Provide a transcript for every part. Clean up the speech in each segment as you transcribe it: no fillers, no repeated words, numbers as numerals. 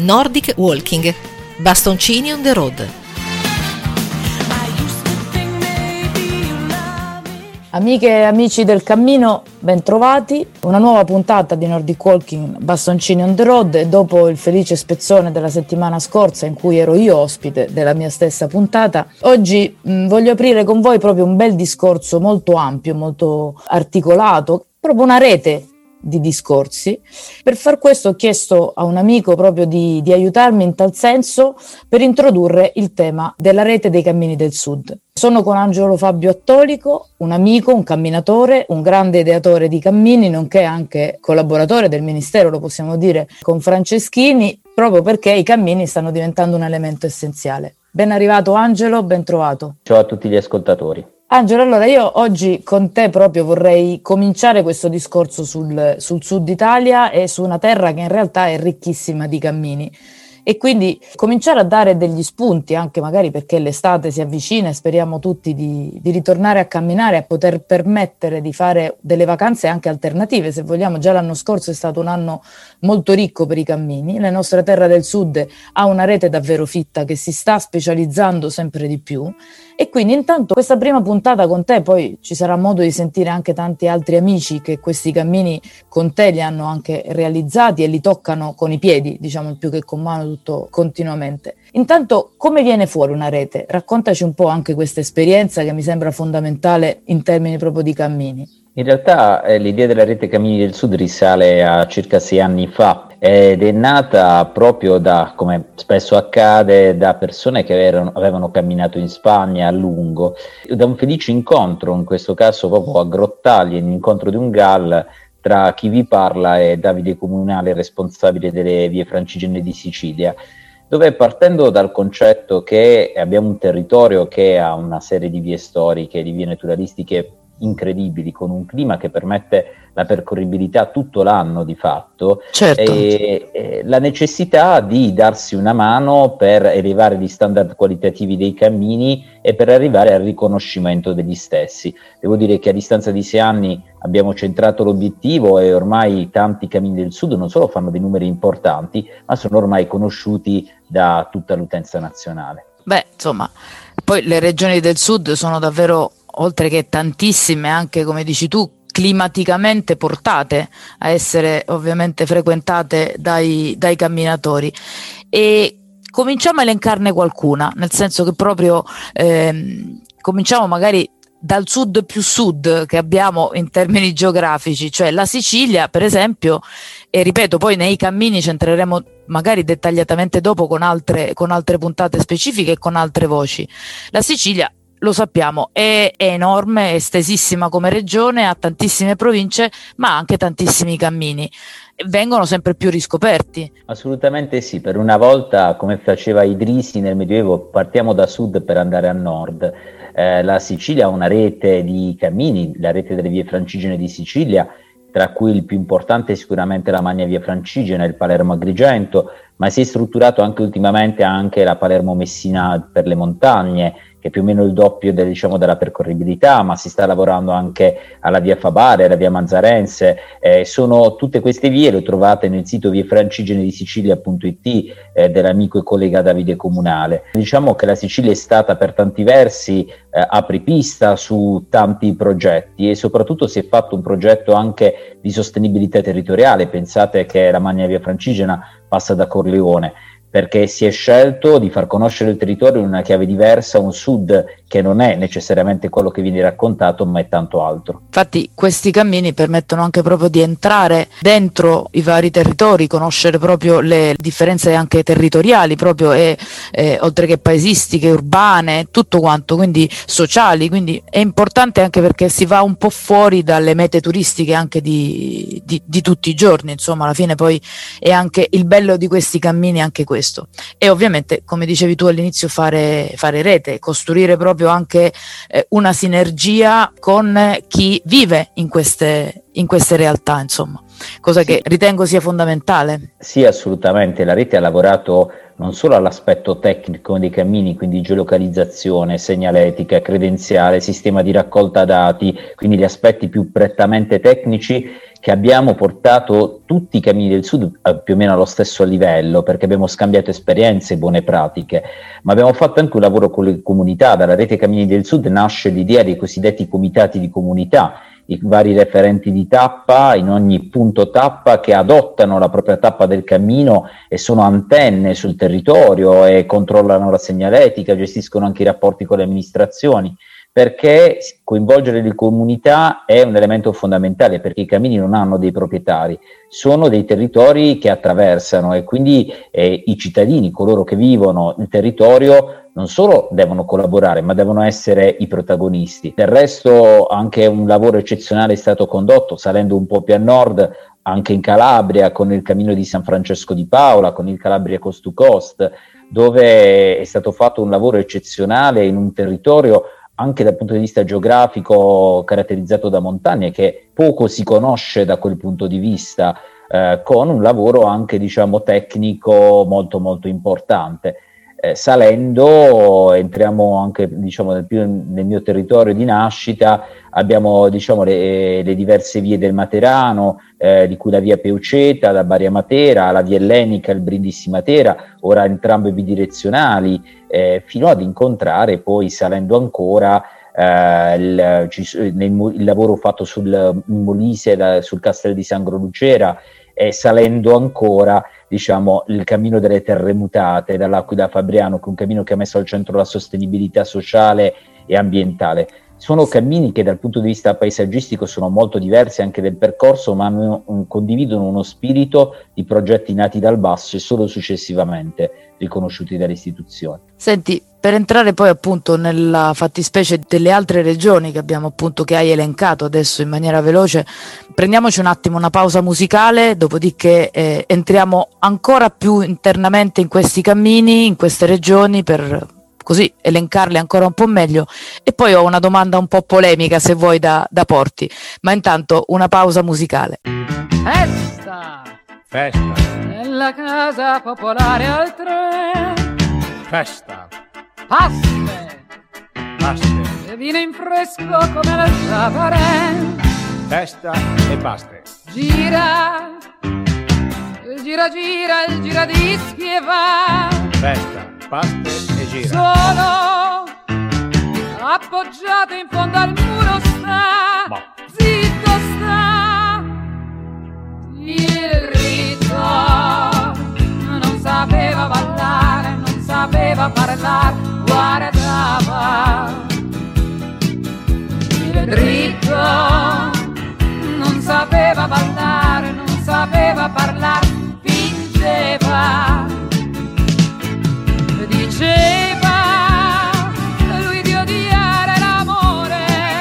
Nordic Walking, bastoncini on the road. Amiche e amici del cammino, bentrovati. Una nuova puntata di Nordic Walking Bastoncini on the road, e dopo il felice spezzone della settimana scorsa in cui ero io ospite della mia stessa puntata, oggi voglio aprire con voi proprio un bel discorso molto ampio, molto articolato, proprio una rete di discorsi. Per far questo ho chiesto a un amico proprio di aiutarmi in tal senso per introdurre il tema della rete dei cammini del Sud. Sono con Angelo Fabio Attolico, un amico, un camminatore, un grande ideatore di cammini, nonché anche collaboratore del Ministero, lo possiamo dire, con Franceschini, proprio perché i cammini stanno diventando un elemento essenziale. Ben arrivato Angelo, ben trovato. Ciao a tutti gli ascoltatori. Angelo, allora io oggi con te proprio vorrei cominciare questo discorso sul Sud Italia e su una terra che in realtà è ricchissima di cammini. E quindi cominciare a dare degli spunti, anche magari perché l'estate si avvicina e speriamo tutti di ritornare a camminare, a poter permettere di fare delle vacanze anche alternative. Se vogliamo, già l'anno scorso è stato un anno molto ricco per i cammini. La nostra terra del Sud ha una rete davvero fitta che si sta specializzando sempre di più. E quindi intanto questa prima puntata con te, poi ci sarà modo di sentire anche tanti altri amici che questi cammini con te li hanno anche realizzati e li toccano con i piedi, diciamo più che con mano, tutto continuamente. Intanto come viene fuori una rete? Raccontaci un po' anche questa esperienza che mi sembra fondamentale in termini proprio di cammini. In realtà l'idea della rete Cammini del Sud risale a circa 6 anni fa ed è nata proprio da, come spesso accade, da persone che avevano camminato in Spagna a lungo, da un felice incontro, in questo caso proprio a Grottaglie, in incontro di un GAL tra chi vi parla e Davide Comunale, responsabile delle vie Francigene di Sicilia, dove partendo dal concetto che abbiamo un territorio che ha una serie di vie storiche, di vie naturalistiche incredibili, con un clima che permette la percorribilità tutto l'anno di fatto, certo. E la necessità di darsi una mano per elevare gli standard qualitativi dei cammini e per arrivare al riconoscimento degli stessi. Devo dire che a distanza di 6 anni abbiamo centrato l'obiettivo e ormai tanti cammini del Sud non solo fanno dei numeri importanti, ma sono ormai conosciuti da tutta l'utenza nazionale. Beh, insomma, poi le regioni del Sud sono davvero, oltre che tantissime, anche come dici tu, climaticamente portate a essere ovviamente frequentate dai camminatori. E cominciamo a elencarne qualcuna, nel senso che proprio cominciamo magari dal sud più sud che abbiamo in termini geografici, cioè la Sicilia per esempio, e ripeto poi nei cammini ci entreremo magari dettagliatamente dopo con altre puntate specifiche e con altre voci. La Sicilia, lo sappiamo, è enorme, è estesissima come regione, ha tantissime province, ma anche tantissimi cammini. Vengono sempre più riscoperti. Assolutamente sì, per una volta, come faceva Idrisi nel Medioevo, partiamo da sud per andare a nord. La Sicilia ha una rete di cammini, la rete delle vie Francigene di Sicilia, tra cui il più importante è sicuramente la Magna Via Francigena, il Palermo-Agrigento, ma si è strutturato anche ultimamente anche la Palermo-Messina per le montagne, che è più o meno il doppio della percorribilità, ma si sta lavorando anche alla via Fabare, alla via Manzarense. Sono tutte queste vie, le trovate nel sito viefrancigenedisicilia.it dell'amico e collega Davide Comunale. Diciamo che la Sicilia è stata per tanti versi apripista su tanti progetti e soprattutto si è fatto un progetto anche di sostenibilità territoriale. Pensate che la Magna Via Francigena passa da Corleone, perché si è scelto di far conoscere il territorio in una chiave diversa, un sud che non è necessariamente quello che viene raccontato, ma è tanto altro. Infatti questi cammini permettono anche proprio di entrare dentro i vari territori, conoscere proprio le differenze anche territoriali, proprio oltre che paesistiche, urbane, tutto quanto, quindi sociali, quindi è importante anche perché si va un po' fuori dalle mete turistiche anche di tutti i giorni, insomma alla fine poi è anche il bello di questi cammini, anche questo. E ovviamente, come dicevi tu all'inizio, fare rete, costruire proprio anche una sinergia con chi vive in queste realtà, insomma, cosa che ritengo sia fondamentale. Sì, assolutamente. La rete ha lavorato non solo all'aspetto tecnico dei cammini, quindi geolocalizzazione, segnaletica, credenziale, sistema di raccolta dati, quindi gli aspetti più prettamente tecnici che abbiamo portato tutti i cammini del Sud più o meno allo stesso livello, perché abbiamo scambiato esperienze e buone pratiche, ma abbiamo fatto anche un lavoro con le comunità. Dalla rete Cammini del Sud nasce l'idea dei cosiddetti comitati di comunità, i vari referenti di tappa in ogni punto tappa che adottano la propria tappa del cammino e sono antenne sul territorio e controllano la segnaletica, gestiscono anche i rapporti con le amministrazioni, perché coinvolgere le comunità è un elemento fondamentale, perché i cammini non hanno dei proprietari, sono dei territori che attraversano, e quindi i cittadini, coloro che vivono il territorio, non solo devono collaborare, ma devono essere i protagonisti. Del resto anche un lavoro eccezionale è stato condotto, salendo un po' più a nord, anche in Calabria, con il cammino di San Francesco di Paola, con il Calabria Coast to Coast, dove è stato fatto un lavoro eccezionale in un territorio anche dal punto di vista geografico caratterizzato da montagne, che poco si conosce da quel punto di vista, con un lavoro anche tecnico molto molto importante. Salendo entriamo anche nel mio territorio di nascita, abbiamo le diverse vie del Materano, di cui la via Peuceta da Bari a Matera, la via Ellenica, il Brindisi Matera, ora entrambe bidirezionali, fino ad incontrare poi, salendo ancora, il lavoro fatto sul Molise, sul Castel di Sangro Lucera, e salendo ancora il cammino delle terre mutate dall'Aquila Fabriano, che è un cammino che ha messo al centro la sostenibilità sociale e ambientale. Sono cammini che dal punto di vista paesaggistico sono molto diversi anche del percorso, ma condividono uno spirito di progetti nati dal basso e solo successivamente riconosciuti dalle istituzioni. Senti, per entrare poi appunto nella fattispecie delle altre regioni che hai elencato adesso in maniera veloce, prendiamoci un attimo una pausa musicale, dopodiché entriamo ancora più internamente in questi cammini, in queste regioni, per così elencarle ancora un po' meglio, e poi ho una domanda un po' polemica, se vuoi, da porti, ma intanto una pausa musicale. Festa nella casa popolare al tre. Festa. Paste e vino in fresco come la Savarè. Festa e paste. Gira il giradischi e va. Festa, paste e gira. Solo appoggiato in fondo al muro sta. Zitto sta. Il rito non sapeva ballare, non sapeva parlare, guardava. Il dritto non sapeva ballare, non sapeva parlare, fingeva. Diceva lui di odiare l'amore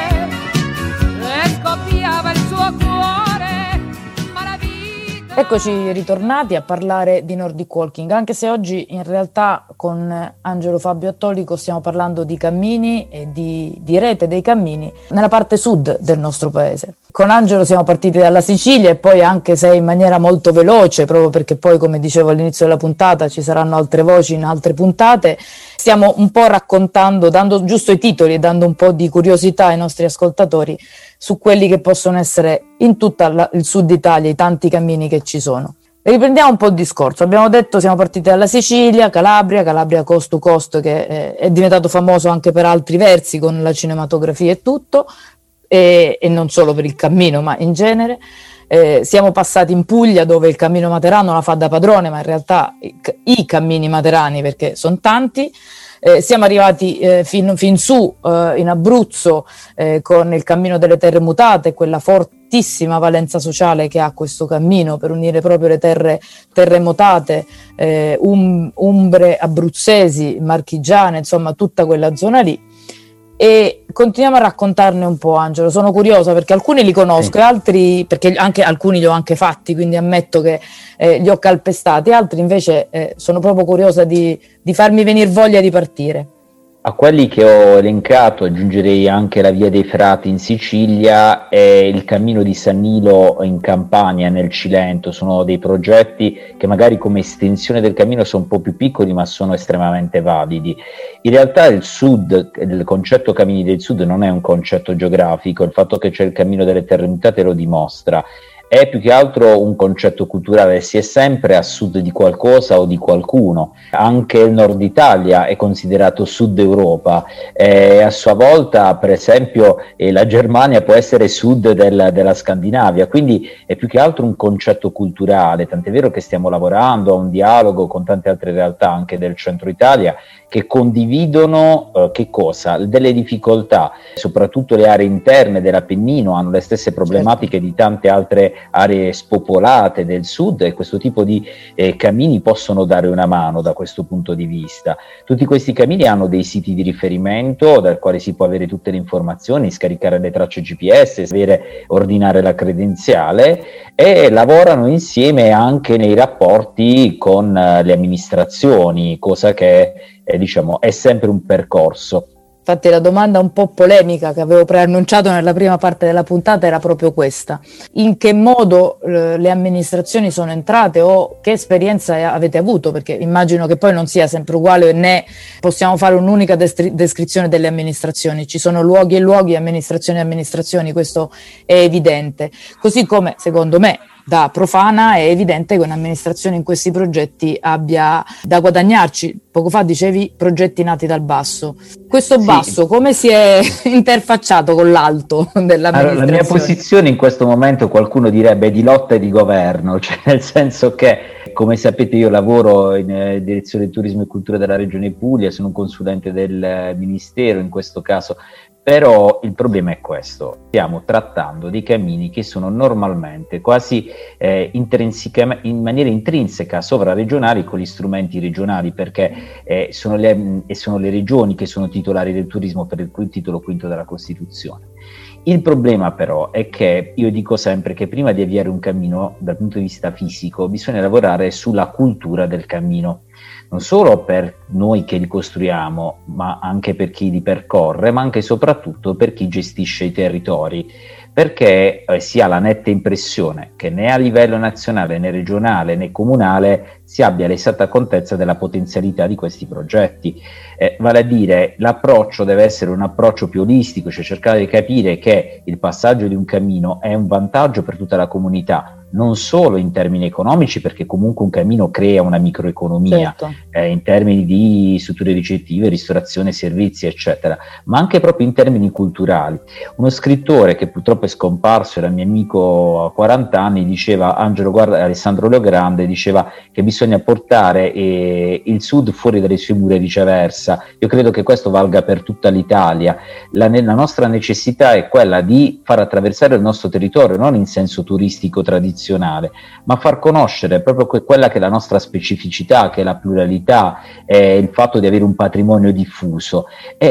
e scoppiava il suo cuore, ma la vita... Eccoci ritornati a parlare di Nordic Walking, anche se oggi in realtà con Angelo Fabio Attolico stiamo parlando di cammini e di rete dei cammini nella parte sud del nostro paese. Con Angelo siamo partiti dalla Sicilia e poi, anche se in maniera molto veloce, proprio perché poi, come dicevo all'inizio della puntata, ci saranno altre voci in altre puntate, stiamo un po' raccontando, dando giusto i titoli e dando un po' di curiosità ai nostri ascoltatori su quelli che possono essere in tutto il sud Italia, i tanti cammini che ci sono. Riprendiamo un po' il discorso. Abbiamo detto siamo partiti dalla Sicilia, Calabria Coast to Coast, che è diventato famoso anche per altri versi, con la cinematografia e tutto, e non solo per il cammino, ma in genere. Siamo passati in Puglia, dove il cammino materano la fa da padrone, ma in realtà i cammini materani, perché sono tanti. Siamo arrivati fin su in Abruzzo con il cammino delle terre mutate, quella fortissima valenza sociale che ha questo cammino per unire proprio le terremotate, umbre, abruzzesi, marchigiane, insomma tutta quella zona lì. E continuiamo a raccontarne un po', Angelo. Sono curiosa perché alcuni li conosco, e altri, perché anche alcuni li ho anche fatti, quindi ammetto che li ho calpestati, altri invece sono proprio curiosa di farmi venire voglia di partire. A quelli che ho elencato aggiungerei anche la Via dei Frati in Sicilia e il Cammino di San Nilo in Campania, nel Cilento. Sono dei progetti che magari come estensione del cammino sono un po' più piccoli, ma sono estremamente validi. In realtà il concetto Cammini del Sud non è un concetto geografico, il fatto che c'è il Cammino delle Terre Mutate lo dimostra. è più che altro un concetto culturale, si è sempre a sud di qualcosa o di qualcuno. Anche il nord Italia è considerato sud Europa, a sua volta per esempio la Germania può essere sud della Scandinavia, quindi è più che altro un concetto culturale, tant'è vero che stiamo lavorando a un dialogo con tante altre realtà anche del centro Italia che condividono che cosa? Delle difficoltà, soprattutto le aree interne dell'Appennino hanno le stesse problematiche di tante altre aree spopolate del sud, e questo tipo di cammini possono dare una mano da questo punto di vista. Tutti questi cammini hanno dei siti di riferimento dal quale si può avere tutte le informazioni, scaricare le tracce GPS, ordinare la credenziale, e lavorano insieme anche nei rapporti con le amministrazioni, cosa che diciamo è sempre un percorso. Infatti la domanda un po' polemica che avevo preannunciato nella prima parte della puntata era proprio questa: in che modo le amministrazioni sono entrate, o che esperienza avete avuto? Perché immagino che poi non sia sempre uguale, né possiamo fare un'unica descrizione delle amministrazioni, ci sono luoghi e luoghi, amministrazioni e amministrazioni, questo è evidente, così come secondo me da profana è evidente che un'amministrazione in questi progetti abbia da guadagnarci. Poco fa dicevi progetti nati dal basso. Questo basso come si è interfacciato con l'alto dell'amministrazione? Allora, la mia posizione in questo momento qualcuno direbbe di lotta e di governo, cioè nel senso che, come sapete, io lavoro in direzione del turismo e cultura della Regione Puglia, sono un consulente del Ministero in questo caso. Però il problema è questo: stiamo trattando dei cammini che sono normalmente quasi in maniera intrinseca sovraregionali con gli strumenti regionali, perché sono le regioni che sono titolari del turismo per il titolo quinto della Costituzione. Il problema però è che io dico sempre che prima di avviare un cammino dal punto di vista fisico bisogna lavorare sulla cultura del cammino, non solo per noi che li costruiamo, ma anche per chi li percorre, ma anche e soprattutto per chi gestisce i territori, perché si ha la netta impressione che né a livello nazionale, né regionale, né comunale si abbia l'esatta contezza della potenzialità di questi progetti. Vale a dire, l'approccio deve essere un approccio più olistico, cioè cercare di capire che il passaggio di un cammino è un vantaggio per tutta la comunità, non solo in termini economici, perché comunque un cammino crea una microeconomia, certo, in termini di strutture ricettive, ristorazione, servizi, eccetera, ma anche proprio in termini culturali. Uno scrittore che purtroppo è scomparso, era mio amico a 40 anni, diceva, Alessandro Leogrande, diceva che bisogna portare il sud fuori dalle sue mura e viceversa. Io credo che questo valga per tutta l'Italia. La nostra necessità è quella di far attraversare il nostro territorio, non in senso turistico tradizionale, ma far conoscere proprio quella che è la nostra specificità, che è la pluralità, il fatto di avere un patrimonio diffuso,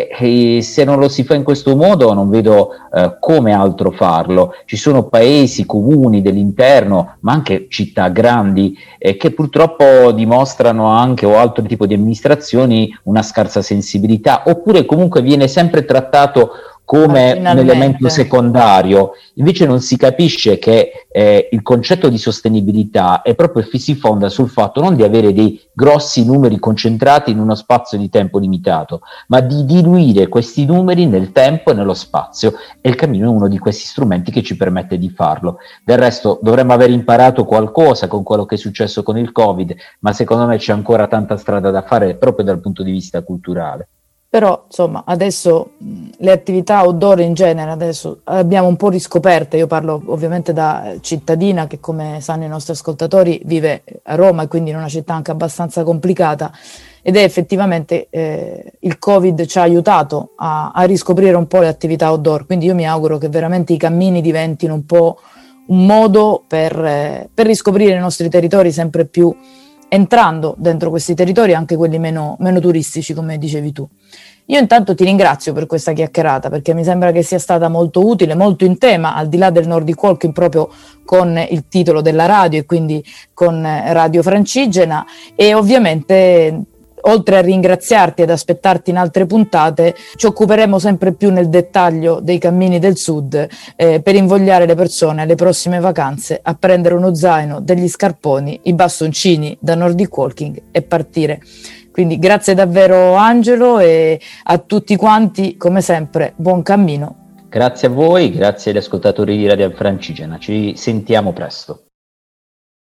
e se non lo si fa in questo modo non vedo come altro farlo. Ci sono paesi, comuni dell'interno, ma anche città grandi che purtroppo dimostrano anche, o altro tipo di amministrazioni, una scarsa sensibilità, oppure comunque viene sempre trattato come un elemento secondario. Invece non si capisce che il concetto di sostenibilità è proprio, si fonda sul fatto non di avere dei grossi numeri concentrati in uno spazio di tempo limitato, ma di diluire questi numeri nel tempo e nello spazio, e il cammino è uno di questi strumenti che ci permette di farlo. Del resto dovremmo aver imparato qualcosa con quello che è successo con il Covid, ma secondo me c'è ancora tanta strada da fare proprio dal punto di vista culturale. Però insomma adesso le attività outdoor in genere adesso abbiamo un po' riscoperte. Io parlo ovviamente da cittadina che, come sanno i nostri ascoltatori, vive a Roma e quindi in una città anche abbastanza complicata, ed è effettivamente il Covid ci ha aiutato a riscoprire un po' le attività outdoor, quindi io mi auguro che veramente i cammini diventino un po' un modo per riscoprire i nostri territori sempre più, entrando dentro questi territori, anche quelli meno turistici, come dicevi tu. Io intanto ti ringrazio per questa chiacchierata, perché mi sembra che sia stata molto utile, molto in tema, al di là del Nordic Walking, proprio con il titolo della radio e quindi con Radio Francigena, e ovviamente, oltre a ringraziarti ed aspettarti in altre puntate, ci occuperemo sempre più nel dettaglio dei cammini del sud, per invogliare le persone alle prossime vacanze a prendere uno zaino, degli scarponi, i bastoncini da Nordic Walking e partire. Quindi grazie davvero Angelo, e a tutti quanti come sempre buon cammino Grazie a voi, grazie agli ascoltatori di Radio Francigena, ci sentiamo presto.